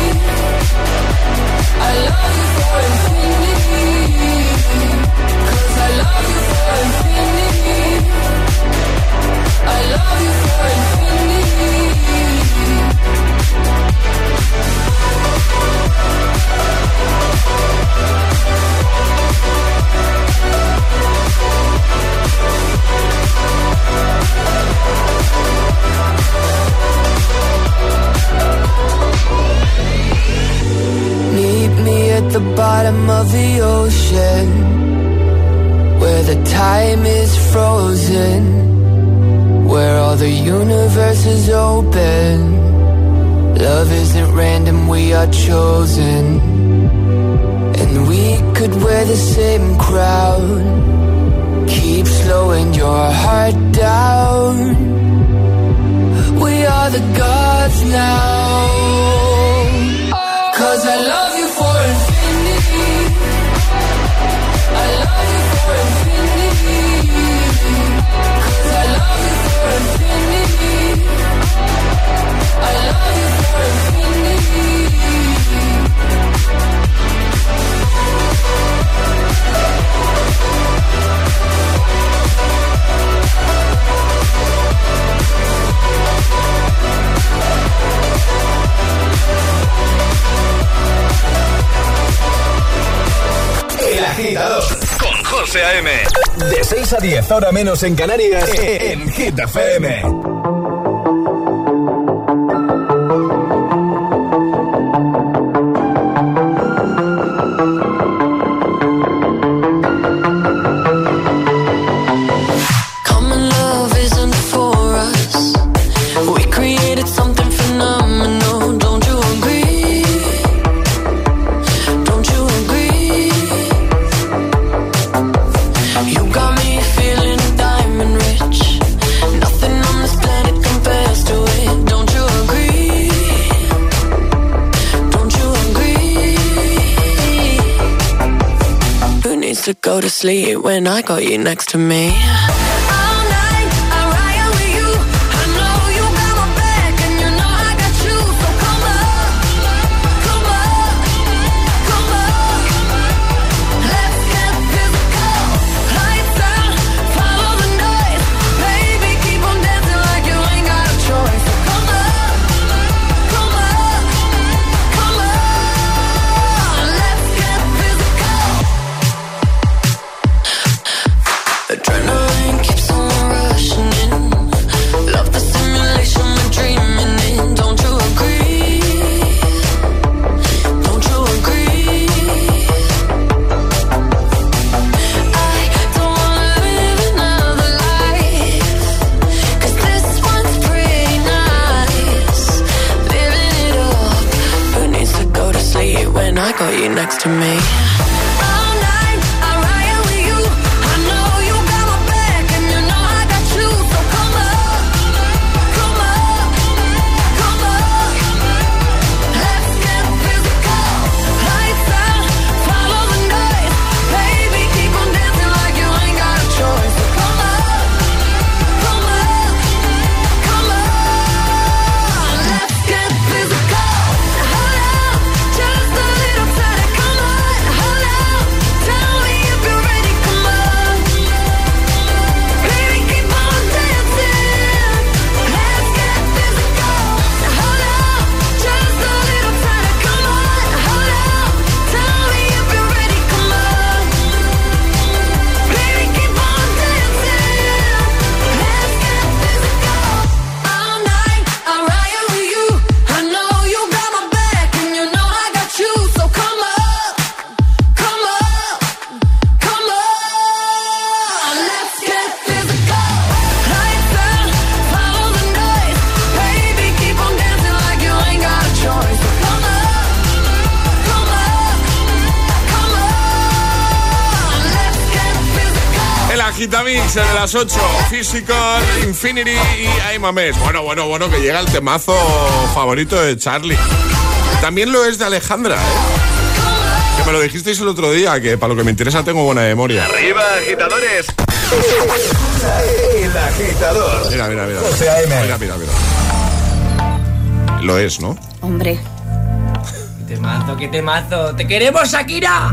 I love you for infinity. 'Cause I love you for infinity. I love you for infinity. Meet me at the bottom of the ocean, where the time is frozen, where all the universe is open. Love isn't random, we are chosen, and we could wear the same crown. Keep slowing your heart down. We are the gods now. 'Cause I love you for infinity. I love you for infinity. 'Cause I love you for infinity. I love you for infinity. El agitador con José A M. De seis a diez, hora menos en Canarias, en Hit F M. Common love isn't for us. We created something phenomenal. Don't you agree? Don't you agree? You got me feeling diamond rich. Nothing on this planet compares to it. Don't you agree? Don't you agree? Who needs to go to sleep when I got you next to me? Adrenaline when I got you next to me. Agitamix de las ocho, Physical, Infinity y I'm a Mess. Bueno, bueno, bueno, que llega el temazo favorito de Charlie. También lo es de Alejandra, ¿eh? Que me lo dijisteis el otro día, que para lo que me interesa tengo buena memoria. ¡Arriba, agitadores! El agitador. Mira, mira, mira. José A M. Mira, mira, mira. Lo es, ¿no? Hombre. ¡Qué temazo, qué temazo! ¡Te queremos, Shakira!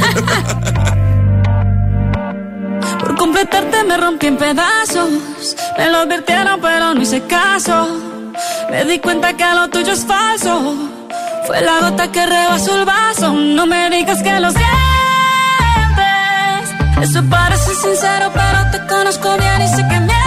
Por completarte me rompí en pedazos. Me lo advirtieron pero no hice caso. Me di cuenta que lo tuyo es falso. Fue la gota que rebasó el vaso. No me digas que lo sientes. Eso parece sincero pero te conozco bien y sé que mientes.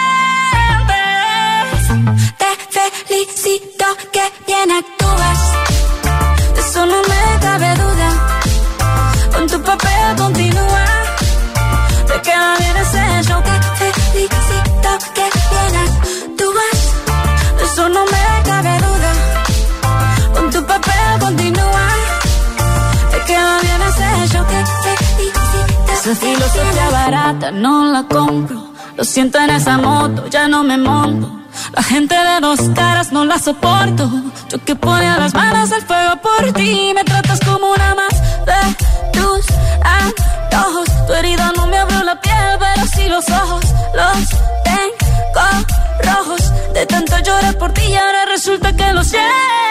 Te felicito que bien actúas. De eso no me cabe duda. Con tu papel continúa. Te queda bien ese show. Te felicito que bien actúas. De eso no me cabe duda. Con tu papel continúa. Te queda bien ese show. Te felicito. Esa filosofía barata no la compro. Lo siento en esa moto, ya no me monto. La gente de dos caras no la soporto. Yo que ponía las manos al fuego por ti. Me tratas como una más de tus antojos. Tu herida no me abrió la piel, pero sí los ojos. Los tengo rojos. De tanto llorar por ti y ahora resulta que lo sientes.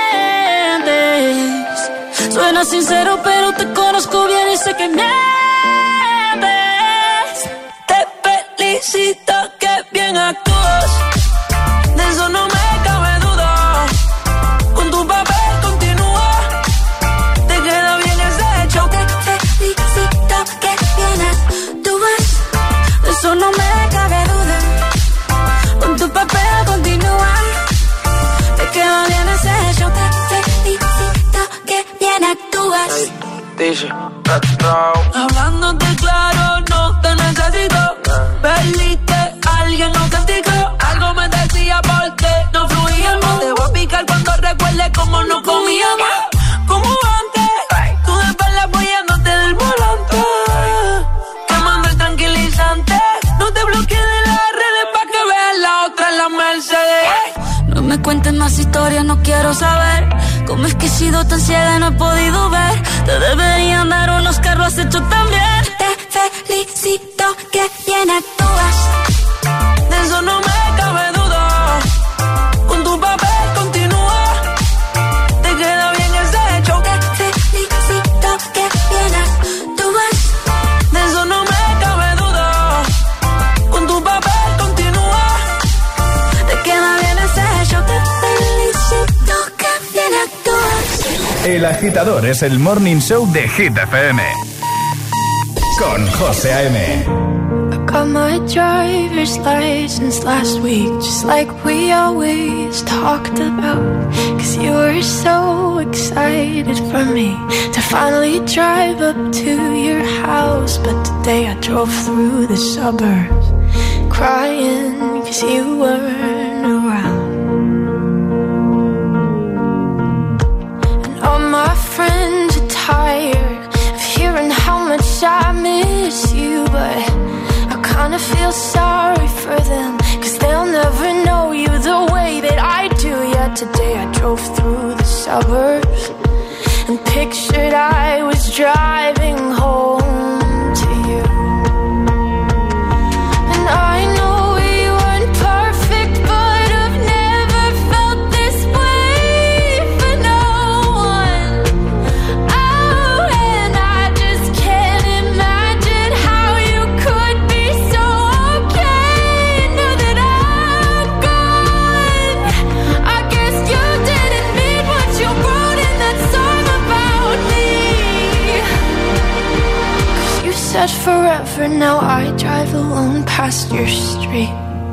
Suena sincero, pero te conozco bien y sé que mientes. Te felicito que bien actúas. De eso no me cabe duda. Con tu papel continúa. Te queda bien ese hecho. Te felicito que bien actúas. De eso no me cabe duda. Con tu papel continúa. Te queda bien ese hecho. Te felicito que bien actúas. Dice, hablándote claro, no te necesito. Perdiste, alguien nos castigó. Algo me decía porque no fluíamos. Te voy a picar cuando recuerde cómo nos comíamos. Como antes, tú de espalda apoyándote del volante. Quemando el tranquilizante. No te bloquees de las redes pa' que veas la otra en la Mercedes. No me cuentes más historias, no quiero saber. Cómo es que he sido tan ciega y no he podido ver. Te deberían dar unos carros has hecho tan bien. Te felicito que bien actúas. De eso no me cabe duda. Con tu papel continúa. Te queda bien ese hecho. Te felicito que bien actúas. De eso no me cabe duda. Con tu papel continúa. Te queda bien ese hecho. Te felicito que bien actúas. El Agitador es el Morning Show de Hit F M. Con José A M. Got my driver's license last week, just like we always talked about. Cause you were so excited for me to finally drive up to your house. But today I drove through the suburbs, crying cause you weren't around. And all my friends are feel sorry for them, 'cause they'll never know you the way that I do. Yet today I drove through the suburbs and pictured I was driving home to you. And I know we weren't perfect, but I've never felt this way for no one. Oh, and I just can't imagine how you could be so okay now that I'm gone. I guess you didn't mean what you wrote in that song about me. 'Cause you said forever, now I drive alone past your street.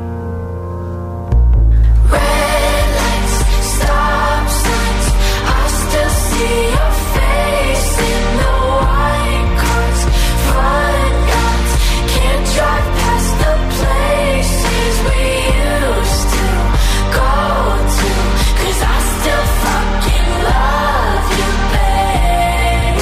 Red lights, stop signs, I still see your face in the white cars, front yards, can't drive past the places we used to go to, 'cause I still fucking love you, babe.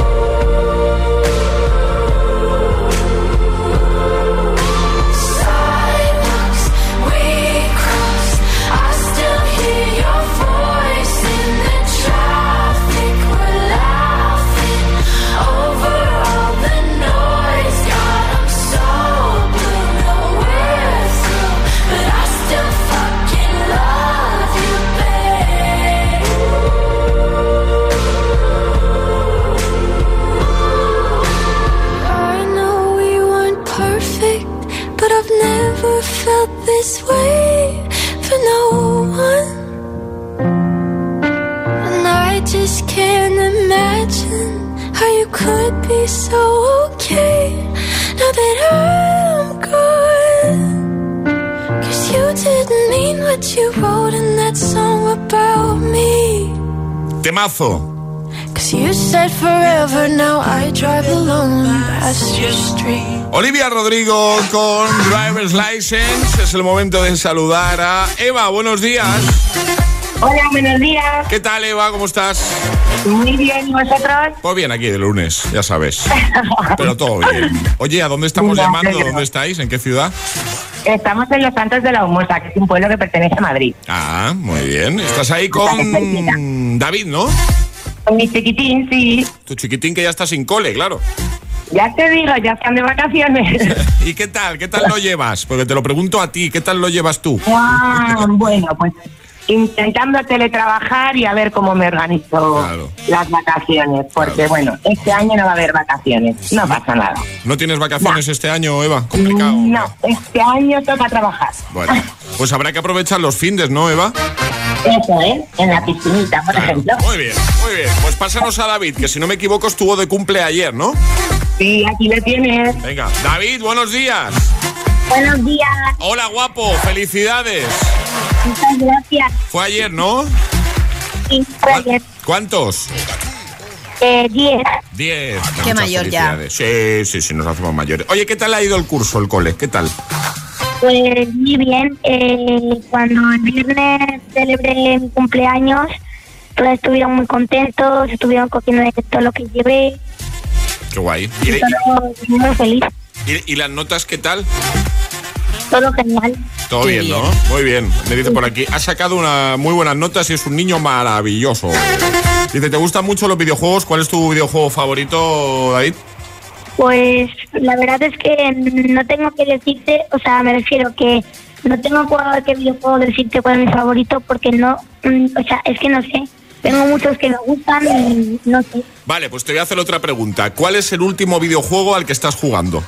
Sidewalks we crossed, I still hear your voice in the traffic. We're laughing over all the noise. God, I'm so blue, no we're through, but I still fucking love you, babe. I know we weren't perfect, but I've never felt this way for no one. And I just can't imagine how you could be so okay now that I'm gone. 'Cause you didn't mean what you wrote in that song about me. Temazo. 'Cause you said forever, now I drive alone past your street. Olivia Rodrigo con Driver's License. Es el momento de saludar a Eva. Buenos días. Hola, buenos días. ¿Qué tal, Eva? ¿Cómo estás? Muy bien, ¿y vosotros? Pues bien, aquí de lunes, ya sabes. Pero todo bien. Oye, ¿a dónde estamos No, llamando? no. ¿Dónde estáis? ¿En qué ciudad? Estamos en Los Santos de la Humosa, que es un pueblo que pertenece a Madrid. Ah, muy bien. Estás ahí con David, ¿no? Con mi chiquitín, sí. Tu chiquitín que ya está sin cole, claro. Ya te digo, ya están de vacaciones. ¿Y qué tal? ¿Qué tal lo llevas? Porque te lo pregunto a ti, ¿qué tal lo llevas tú? Ah, bueno, pues intentando teletrabajar y a ver cómo me organizo Claro. las vacaciones, porque bueno, este año no va a haber vacaciones, no pasa nada. ¿No tienes vacaciones este año, Eva? Complicado. No, este año toca trabajar. Bueno, pues habrá que aprovechar los findes, ¿no, Eva? Eso, ¿eh? En la piscinita, por ejemplo. Muy bien, muy bien. Pues pásanos a David, que si no me equivoco estuvo de cumple ayer, ¿no? Sí, aquí lo tienes. Venga, David, buenos días. Buenos días. Hola, guapo, felicidades. Muchas gracias. Fue ayer, ¿no? Sí, fue ayer. ¿Cuántos? Eh, diez. Diez. Qué Muchas mayor ya. felicidades. Sí, sí, sí, nos hacemos mayores. Oye, ¿qué tal ha ido el curso, el cole? ¿Qué tal? Pues muy bien. Eh, cuando el viernes celebré mi cumpleaños, todos estuvieron muy contentos, estuvieron cogiendo de todo lo que llevé. Qué guay. Y ¿Y, todo muy feliz. y- y las notas qué tal? Todo genial. Todo bien, ¿no? Muy bien. Me dice por aquí, ha sacado una muy buenas notas y es un niño maravilloso. Dice, ¿te gustan mucho los videojuegos? ¿Cuál es tu videojuego favorito, David? Pues la verdad es que no tengo que decirte, o sea, me refiero que no tengo cuál qué videojuego decirte cuál es mi favorito porque no, mm, o sea, es que no sé. Tengo muchos que me gustan y no sé. Vale, pues te voy a hacer otra pregunta. ¿Cuál es el último videojuego al que estás jugando?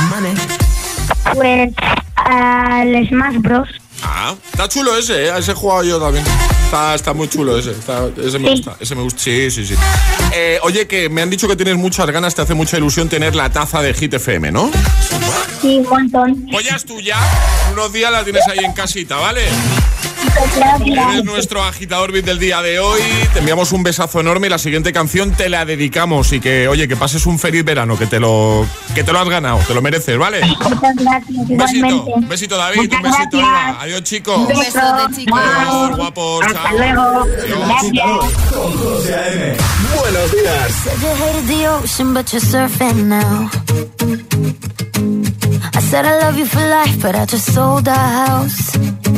Pues al Smash Bros. Ah, está chulo ese, ¿eh? Ese he jugado yo también. Está, está muy chulo ese. Está, ese me Sí. gusta. Ese me gusta. Sí, sí, sí. Eh, oye, que me han dicho que tienes muchas ganas, te hace mucha ilusión tener la taza de Hit F M, ¿no? Sí, un montón. Pues ya es tuya. Unos días la tienes ahí en casita, ¿vale? Eres nuestro agitador beat del día de hoy. Te enviamos un besazo enorme y la siguiente canción te la dedicamos. Y que, oye, que pases un feliz verano, que te lo, que te lo has ganado, te lo mereces, ¿vale? Muchas gracias, Un besito, igualmente. un besito, David, Muchas un besito, gracias. Eva. Adiós, chicos. Un besote, chicos. Adiós, guapos. Hasta Chao. luego. Adiós. Buenos días. Said you hated the ocean, but you're surfing now. I Said I love you for life, but I just sold our house.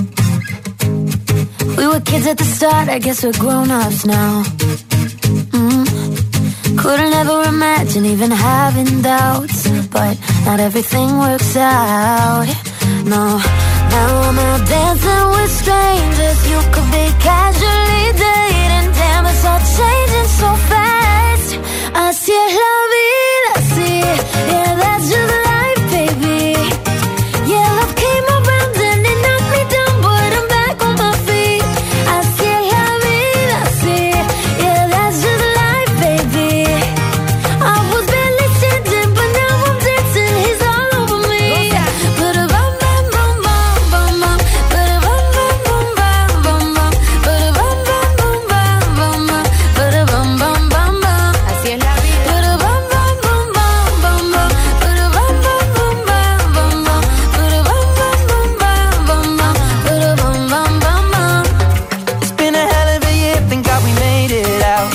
We were kids at the start, I guess we're grown-ups now. Mm. Couldn't ever imagine even having doubts, but not everything works out. No, now I'm out dancing with strangers. You could be casually dating. Damn, it's all changing so fast. Así es la vida, así, yeah, that's just life, baby. Yeah, love came around and it knocked me down, but I'm back on my feet. Así es la vida, así, yeah, that's just life, baby. I was barely standing, but now I'm dancing, he's all over me. Ba-da-bum, bum, bum, bum, bum, bum. Ba-da-bum, bum, bum, bum, bum, bum. Ba-da-bum, bum, bum, bum, bum, bum. Ba-da-bum, bum, bum, bum. Así es la vida. Ba-da-bum, bum, bum, bum, bum, bum. Ba-da-bum, bum, bum, bum, bum, bum. Ba-da-bum, bum, bum, bum, bum, bum. Ba-da-bum, bum, bum, bum. It's been a hell of a year, thank God we made it out.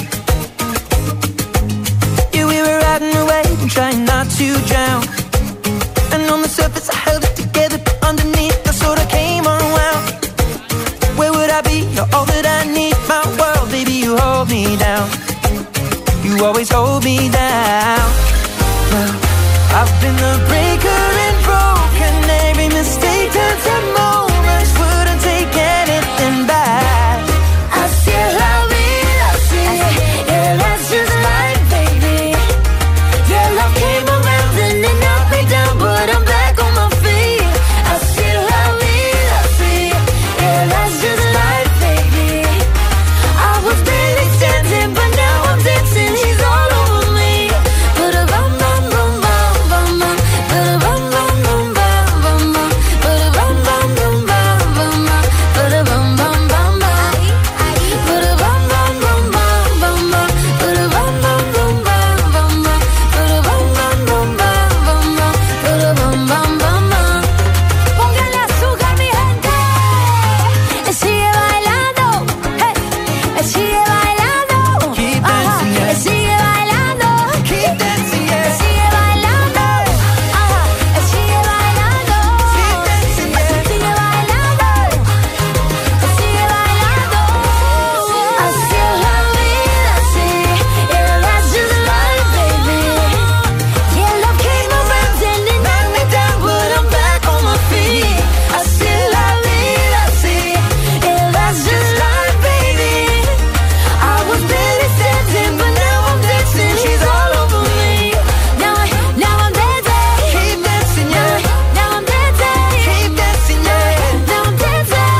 Yeah, we were riding away and trying not to drown. And on the surface I held it together, but underneath I sort of came unwound. Where would I be? You're all that I need, my world, baby, you hold me down. You always hold me down. Well, I've been the breaker and broken. Every mistake turns to moments. Wouldn't take anything back. Así es la vida, así, yeah, that's just life, baby. Yeah, love came around and it knocked me down, but I'm back on my feet. Así es la vida, así, yeah, that's just life, baby. I was barely standing, but now I'm dancing, he's all over me. Ba-da-bum, bum, bum, bum, bum, bum. Ba-da-bum, bum, bum, bum, bum, bum. Ba-da-bum, bum, bum, bum, bum, bum. Ba-da-bum, bum, bum, bum. Ba-da-bum, bum, bum, bum, bum, bum. Ba-da-bum, bum, bum, bum, bum, bum. Ba-da-bum, bum, bum, bum, bum, bum. Ba-da-bum, bum, bum, bum. Póngale azúcar, mi gente. Sigue bailando, hey. Sigue bailando. Keep Ajá. dancing, yeah. Sigue bailando. Keep dancing, yeah. Sigue bailando. Ajá. Sigue bailando. Keep dancing, yeah. Sigue bailando. Sigue bailando. Así es la vida, así. Yeah, that's just life, baby. Yeah, love came around and it knocked me down, but I'm back on my feet. Así es la vida, así. Yeah, that's just life, baby. I was barely standing, but now I'm dancing. She's all over me. Now, I, now I'm dancing. Keep dancing, yeah. Now I'm dancing. Keep dancing, yeah. Now I'm dancing.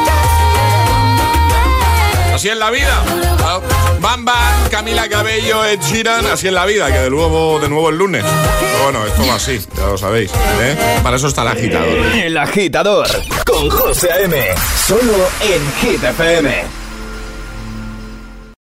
Así es la vida. Ah, Bam Bam, Camila Cabello, Ed Sheeran, así es la vida, que de nuevo, de nuevo el lunes. Pero bueno, esto va así, ya lo sabéis, ¿eh? Para eso está el agitador. El agitador con José A M. Solo en Hit F M.